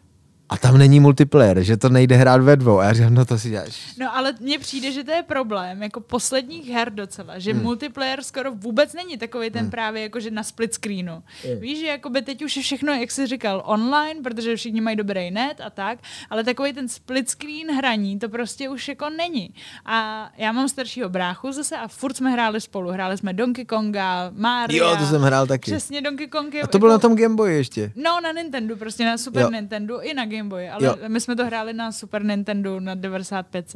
A tam není multiplayer, že to nejde hrát ve dvou. A já říkám, no to si děláš. No ale mně přijde, že to je problém, jako posledních her docela, že hmm. multiplayer skoro vůbec není takový ten hmm. právě jako, že na split screenu. Hmm. Víš, že jakoby teď už je všechno, jak jsi říkal, online, protože všichni mají dobrý net a tak, ale takový ten split screen hraní, to prostě už jako není. A já mám staršího bráchu zase a furt jsme hráli spolu. Hráli jsme Donkey Konga, Maria. Jo, to jsem hrál taky. Přesně, Donkey Kong je, a to bylo jako, na tom Game Boy ještě. No, na Nintendo, prostě na Super jo. Nintendo i na Game Boy, ale jo. my jsme to hráli na Super Nintendo na devadesát pět.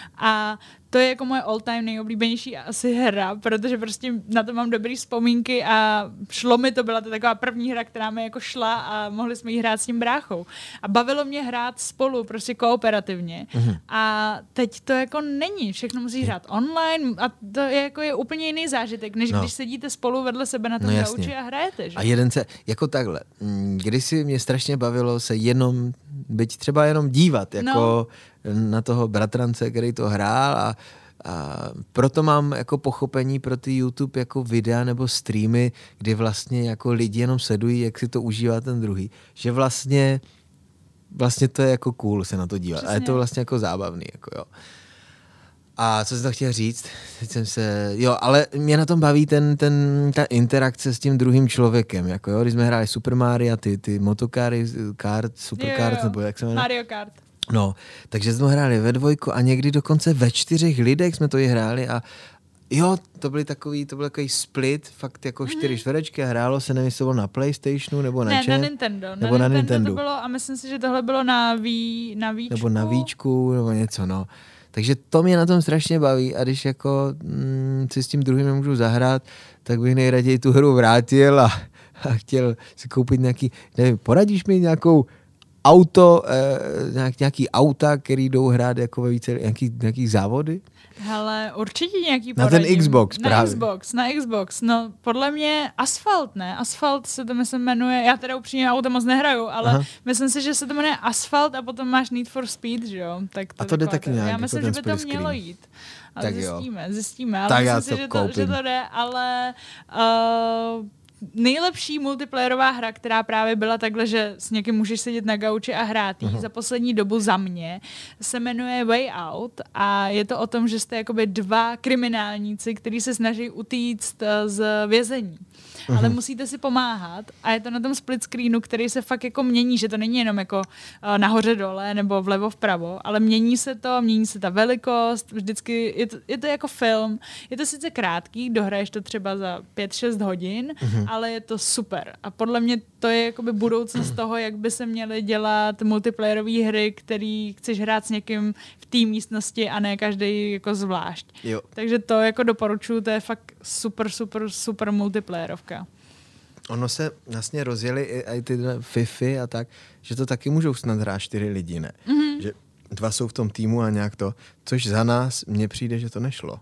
A to je jako moje all time nejoblíbenější asi hra, protože prostě na to mám dobrý vzpomínky a šlo mi to, byla to taková první hra, která mi jako šla a mohli jsme jí hrát s tím bráchou. A bavilo mě hrát spolu, prostě kooperativně. Mm-hmm. A teď to jako není, všechno musí hrát online a to je jako je úplně jiný zážitek, než no. když sedíte spolu vedle sebe na tom no, gauči a hrajete. Že? A jeden se, jako takhle, kdysi mě strašně bavilo se jenom, byť třeba jenom dívat, jako no. na toho bratrance, který to hrál a, a proto mám jako pochopení pro ty YouTube jako videa nebo streamy, kdy vlastně jako lidi jenom sledují, jak si to užívá ten druhý. Že vlastně vlastně to je jako cool se na to dívat. Přesně. A je to vlastně jako zábavný, jako jo. A co jsem to chtěl říct? Teď jsem se... Jo, ale mě na tom baví ten, ten, ta interakce s tím druhým člověkem. Jako jo, když jsme hráli Super Mario, ty, ty motokary, kart, Superkart, nebo jak se jmenuje? Mario Kart. No, takže jsme hráli ve dvojku a někdy dokonce ve čtyřech lidech jsme to i hráli a Jo, to byly takový, to byl takový split, fakt jako čtyři mm. čtverečky a hrálo se, nevím, jestli to bylo na PlayStationu nebo na Ne, čem. na Nintendo. Nebo na, na Nintendo, Nintendo to bylo a myslím si, že tohle bylo na, ví, na Víčku. Nebo na Víčku, nebo něco, no. Takže to mě na tom strašně baví a když jako mm, si s tím druhým nemůžu zahrát, tak bych nejraději tu hru vrátil a, a chtěl si koupit nějaký, nevím, poradíš mi nějakou auto, eh, nějak, nějaký auta, který jdou hrát jako ve více, nějaký, nějaký závody? Hele, určitě nějaký na poradím. ten Xbox na právě. Xbox, na Xbox. No, podle mě Asphalt, ne? Asphalt se to myslím jmenuje, já teda upřímně auto moc nehraju, ale Aha. myslím si, že se to jmenuje Asphalt a potom máš Need for Speed, že jo? Tak to a to jde taky nějak. Já myslím, jako že by to mělo jít. Ale tak zjistíme, zjistíme. Ale tak myslím já si, to že to, že to jde, ale... Uh, nejlepší multiplayerová hra, která právě byla takhle, že s někým můžeš sedět na gauči a hrát jí, uh-huh. za poslední dobu za mě, se jmenuje Way Out a je to o tom, že jste jakoby dva kriminálníci, kteří se snaží utíct z vězení. Uh-huh. Ale musíte si pomáhat a je to na tom split screenu, který se fakt jako mění, že to není jenom jako uh, nahoře dole nebo vlevo vpravo, ale mění se to, mění se ta velikost, vždycky je to, je to jako film. Je to sice krátký, dohraješ to třeba za pět šest hodin, uh-huh. ale je to super. A podle mě to je jakoby budoucnost toho, jak by se měly dělat multiplayerové hry, který chceš hrát s někým v té místnosti a ne každý jako zvlášť. Jo. Takže to jako doporučuji, to je fakt super, super, super multiplayerovka. Ono se vlastně rozjeli i, i ty Fifi a tak, že to taky můžou snad hrát čtyři lidi, ne? Mm-hmm. Že dva jsou v tom týmu a nějak to, což za nás mně přijde, že to nešlo.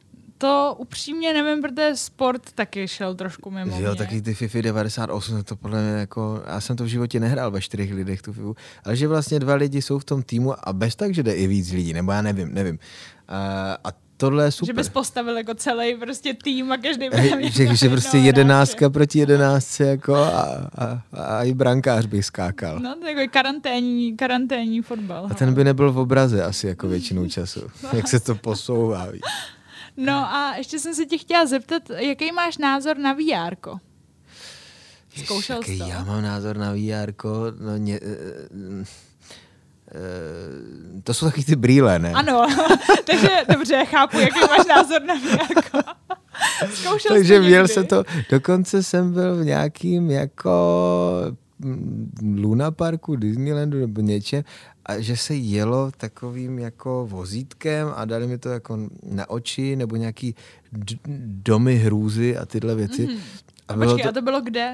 To upřímně nevím, protože sport taky šel trošku mimo Jo, mě. taky ty FIFA devadesát osm, to podle mě jako, já jsem to v životě nehrál ve čtyřech lidech tu FIFU, ale že vlastně dva lidi jsou v tom týmu a bez tak, že jde i víc lidí, nebo já nevím, nevím. A, a tohle je super. Že bys postavil jako celý prostě tým a každý by že, že prostě jedenáctka proti jedenáctce jako a, a, a i brankář by skákal. No, to je jako karanténní, karanténní fotbal. A ten by nebyl v obraze asi jako většinou času, jak se to posouvá. No a ještě jsem se tě chtěla zeptat, jaký máš názor na vé érko? Zkoušel jsi to? Já mám názor na vé érko, no ně, uh, uh, to jsou taky ty brýle, ne? Ano, takže dobře, chápu, jaký máš názor na vé érko. Zkoušel takže jsi měl se to, dokonce jsem byl v nějakým jako Luna Parku, Disneylandu nebo něčem, a že se jelo takovým jako vozítkem a dali mi to jako na oči nebo nějaký d- domy hrůzy a tyhle věci. Mm-hmm. A, a počkej, to... a to bylo kde?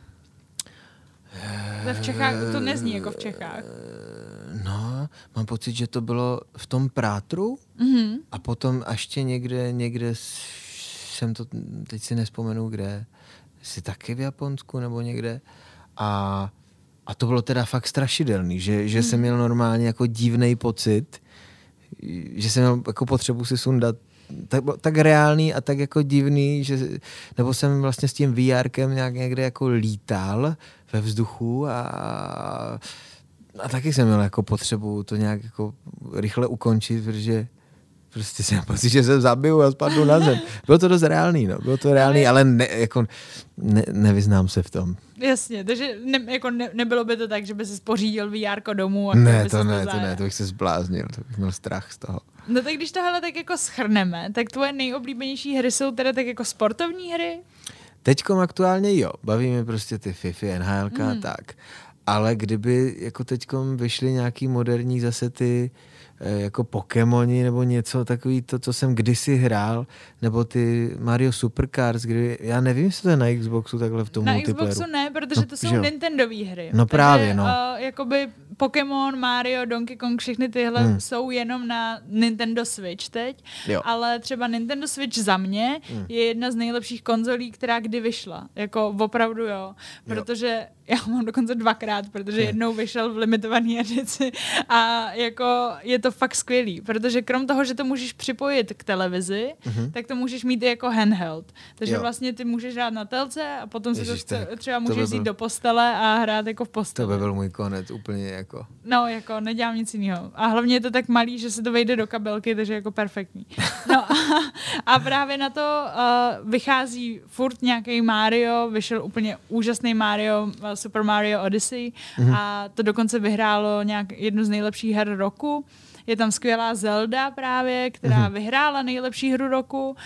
To v Čechách, to nezní jako v Čechách. No, mám pocit, že to bylo v tom Prátru mm-hmm. a potom ještě někde, někde jsem to, teď si nespomenu kde, jestli taky v Japonsku nebo někde a A to bylo teda fakt strašidelný, že, že hmm. jsem měl normálně jako divnej pocit, že jsem měl jako potřebu si sundat tak, tak reálný a tak jako divný, že, nebo jsem vlastně s tím VRkem nějak někde jako lítal ve vzduchu a, a taky jsem měl jako potřebu to nějak jako rychle ukončit, protože prostě jsem pocit, že se zabiju a spadnu na zem. Bylo to dost reálný, no. Bylo to reálný, ale ne, jako, ne, nevyznám se v tom. Jasně, takže ne, jako ne, nebylo by to tak, že by si pořídil vé érko domů. A ne, to ne, to ne, to bych se zbláznil, to bych měl strach z toho. No tak když tohle tak jako shrneme, tak tvoje nejoblíbenější hry jsou teda tak jako sportovní hry? Teďkom aktuálně jo, baví mě prostě ty FIFA, N H L K a mm. tak. Ale kdyby jako teďkom vyšly nějaký moderní zase ty jako Pokémoni nebo něco takový to, co jsem kdysi hrál, nebo ty Mario Supercars, kdy, já nevím, jestli to je na Xboxu takhle v tom na multiplayeru. Na Xboxu ne, protože no, to jsou Nintendové hry. No takže, právě, no. Uh, jakoby Pokémon, Mario, Donkey Kong, všechny tyhle hmm. jsou jenom na Nintendo Switch teď, jo. Ale třeba Nintendo Switch za mě hmm. je jedna z nejlepších konzolí, která kdy vyšla. Jako opravdu jo, protože jo. já mám dokonce dvakrát, protože hmm. jednou vyšel v limitované edici a jako je to fakt skvělý, protože krom toho, že to můžeš připojit k televizi, mm-hmm. tak to můžeš mít i jako handheld. Takže jo. vlastně ty můžeš hrát na telce a potom Ježiš, si to chce, třeba můžeš by byl... jít do postele a hrát jako v posteli. To by byl můj konec úplně jako. No, jako nedělám nic jiného. A hlavně je to tak malý, že se to vejde do kabelky, takže jako perfektní. No a, a právě na to uh, vychází furt nějaký Mario, vyšel úplně úžasný Mario, uh, Super Mario Odyssey mm-hmm. a to dokonce vyhrálo nějak jednu z nejlepších her roku. je tam skvělá Zelda právě, která mm-hmm. vyhrála nejlepší hru roku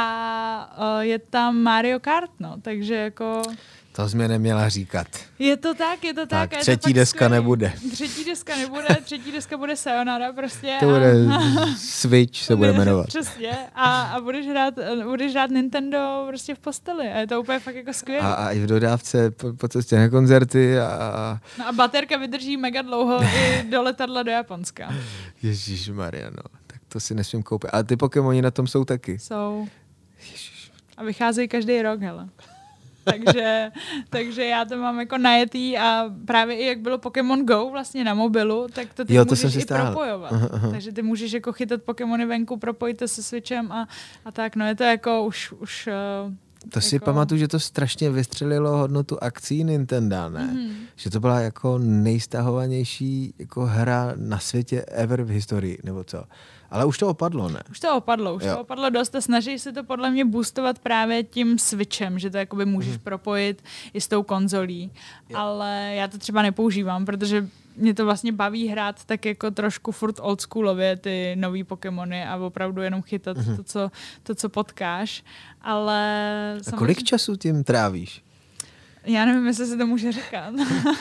a uh, je tam Mario Kart, no, takže jako... To jsi mě neměla říkat. Je to tak, je to tak. Tak třetí deska skvělý. nebude. Třetí deska nebude, třetí deska bude Sayonara prostě. To bude a... Switch se bude jmenovat. Přesně. A, a budeš, hrát, budeš hrát Nintendo prostě v posteli. A je to úplně fakt jako skvělé. A, a i v dodávce po, po cestě na koncerty. A... No a baterka vydrží mega dlouho i do letadla do Japonska. Ježišmarja, no. Tak to si nesmím koupit. A ty Pokémoni na tom jsou taky? Jsou. Ježiš. A vycházejí každý rok, hele. takže, takže já to mám jako najetý a právě i jak bylo Pokémon Go vlastně na mobilu, tak to ty jo, to můžeš i stáhl. propojovat. Aha, aha. Takže ty můžeš jako chytat Pokémony venku, propojit to se Switchem a, a tak. No je to jako už... už uh, to jako... si pamatuju, že to strašně vystřelilo hodnotu akcí Nintendo, ne? Mm-hmm. Že to byla jako nejstahovanější jako hra na světě ever v historii, nebo co? Ale už to opadlo, ne? Už to opadlo, už jo. to opadlo dost a snaží se to podle mě boostovat právě tím Switchem, že to jakoby můžeš hmm. propojit i s tou konzolí. Jo. Ale já to třeba nepoužívám, protože mě to vlastně baví hrát tak jako trošku furt oldschoolově ty nový Pokémony a opravdu jenom chytat hmm. to, co, to, co potkáš. Ale a samozřejmě... kolik času tím trávíš? Já nevím, jestli se to může říkat.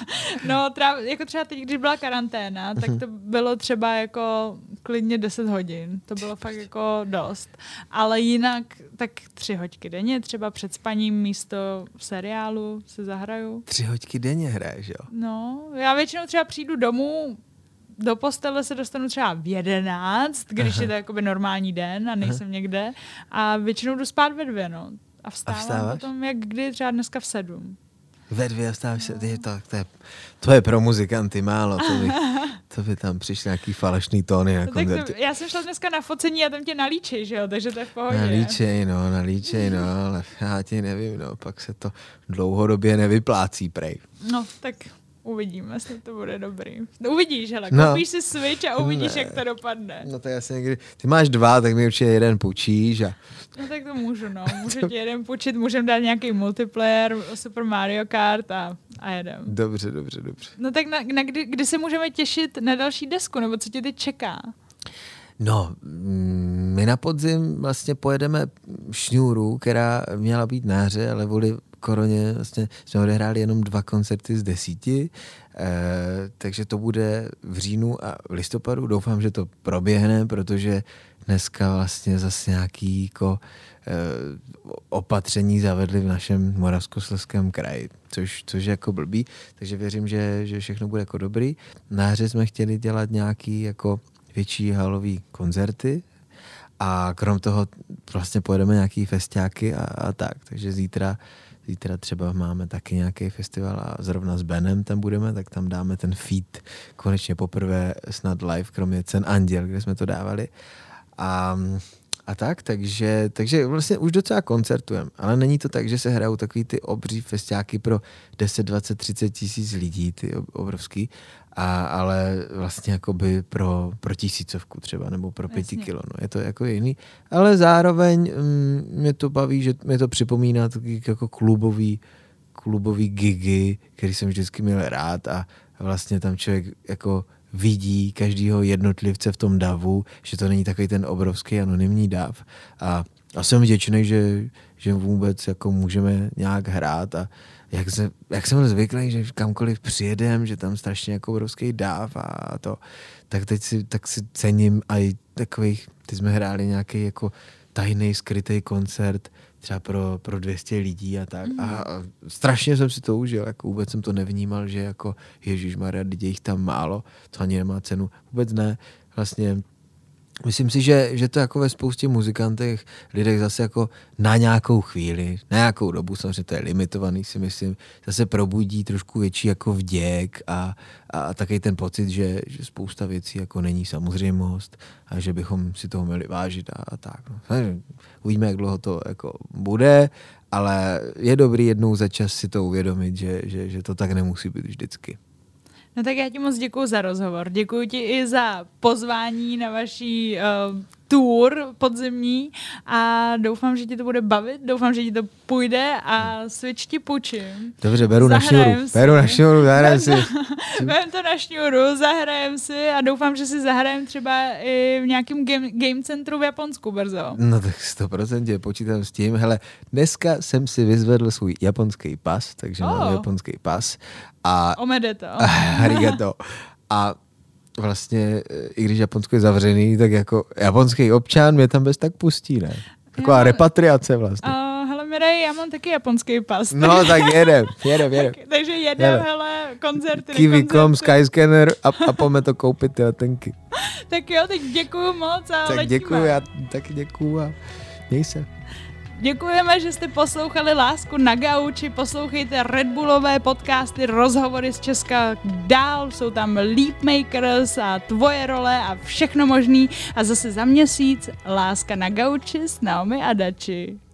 no, tráv, jako třeba teď, když byla karanténa, tak to bylo třeba jako klidně deset hodin. To bylo fakt jako dost. Ale jinak tak tři hoďky denně, třeba před spaním místo seriálu se zahraju. Tři hoďky denně hraješ, jo? No, já většinou třeba přijdu domů, do postele se dostanu třeba v jedenáct, když Aha. je to jakoby normální den a nejsem Aha. někde. A většinou jdu spát ve dvě, no. A vstávám a potom, jak kdy, třeba dneska v sedm. Ve dvě a stáváš se, je to, to, je, to je pro muzikanty málo, to by, to by tam přišli nějaký falešný tóny na no, koncertu. Já jsem šla dneska na focení a tam tě nalíčej, že jo, takže to je v pohodě. Nalíčej, no, nalíčej, no, ale já ti nevím, no, pak se to dlouhodobě nevyplácí, prej. No, tak uvidíme, jestli to bude dobrý. No, uvidíš, hele, no. koupíš si Switch a uvidíš, ne. jak to dopadne. No tak asi někdy, ty máš dva, tak mi určitě jeden půjčíš a... No tak to můžu, no. Můžu ti jeden půjčit, můžeme dát nějaký multiplayer, Super Mario Kart a, a jedem. Dobře, dobře, dobře. No tak na, na kdy, kdy se můžeme těšit na další desku, nebo co tě teď čeká? No, my na podzim vlastně pojedeme Šňůru, která měla být na hře, ale kvůli koroně vlastně jsme odehráli jenom dva koncerty z desíti, eh, takže to bude v říjnu a v listopadu. Doufám, že to proběhne, protože dneska vlastně zase nějaký jako, eh, opatření zavedli v našem Moravskoslezském kraji, což, což je jako blbý, takže věřím, že, že všechno bude jako dobrý. Na hře jsme chtěli dělat nějaký jako větší halový koncerty a krom toho vlastně pojedeme nějaký festiáky a, a tak, takže zítra Zítra třeba máme taky nějaký festival a zrovna s Benem tam budeme, tak tam dáme ten feat konečně poprvé snad live, kromě Cen Anděl, kde jsme to dávali. A, a tak, takže, takže vlastně už docela koncertujeme, ale není to tak, že se hrajou takový ty obří festiáky pro deset, dvacet, třicet tisíc lidí, ty obrovský, a, ale vlastně jakoby pro, pro tisícovku třeba, nebo pro pěti Jasně. kilo, no, je to jako jiný, ale zároveň mm, mě to baví, že mě to připomíná taky jako klubový, klubový gigy, který jsem vždycky měl rád a vlastně tam člověk jako vidí každýho jednotlivce v tom davu, že to není takový ten obrovský anonymní dav a, a jsem vděčný, že, že vůbec jako můžeme nějak hrát a jak, se, jak jsem byl zvyklý, že kamkoliv přijedem, že tam strašně jako obrovský dáv a to, tak teď si, tak si cením i takových, ty jsme hráli nějaký jako tajný, skrytý koncert, třeba pro, pro dvě stě lidí a tak. Mm. A, a strašně jsem si to užil, jako vůbec jsem to nevnímal, že jako ježišmarja, teď je jich tam málo, to ani nemá cenu. Vůbec ne, vlastně myslím si, že, že to jako ve spoustě muzikantech, lidech zase jako na nějakou chvíli, na nějakou dobu, samozřejmě to je limitovaný, si myslím, zase probudí trošku větší jako vděk a, a takový ten pocit, že, že spousta věcí jako není samozřejmost a že bychom si toho měli vážit a, a tak. No. Uvidíme, jak dlouho to jako bude, ale je dobrý jednou za čas si to uvědomit, že, že, že to tak nemusí být vždycky. No tak já ti moc děkuju za rozhovor. Děkuju ti i za pozvání na vaší uh, tour podzimní a doufám, že ti to bude bavit, doufám, že ti to půjde a Switch ti půjčím. Dobře, beru na šňůru, beru na šňůru, zahrajem si. Beru to na šňůru, zahrajem si a doufám, že si zahrajem třeba i v nějakém game, game centru v Japonsku brzo. No tak sto procent počítám s tím. Hele, dneska jsem si vyzvedl svůj japonský pas, takže oh. mám japonský pas. A Omedeto. Arigato. A vlastně, i když Japonsko je zavřený, tak jako japonský občan mě tam bez tak pustí, ne? Taková jo. repatriace vlastně. Uh, hele Mirej, já mám taky japonský pas. No tak jedem, jedem, jedem. Tak, takže jedem, jedem. Hele, koncerty. Kiwi.com, Skyscanner a, a pojďme to koupit ty letenky. Tak jo, tak děkuju moc a tak letíme. děkuju, já taky děkuju a měj se. Děkujeme, že jste poslouchali Lásku na gauči, poslouchejte Red Bullové podcasty, rozhovory z Česka dál, jsou tam Leap Makers a Tvoje role a všechno možný a zase za měsíc Láska na gauči s Naomi Adachi.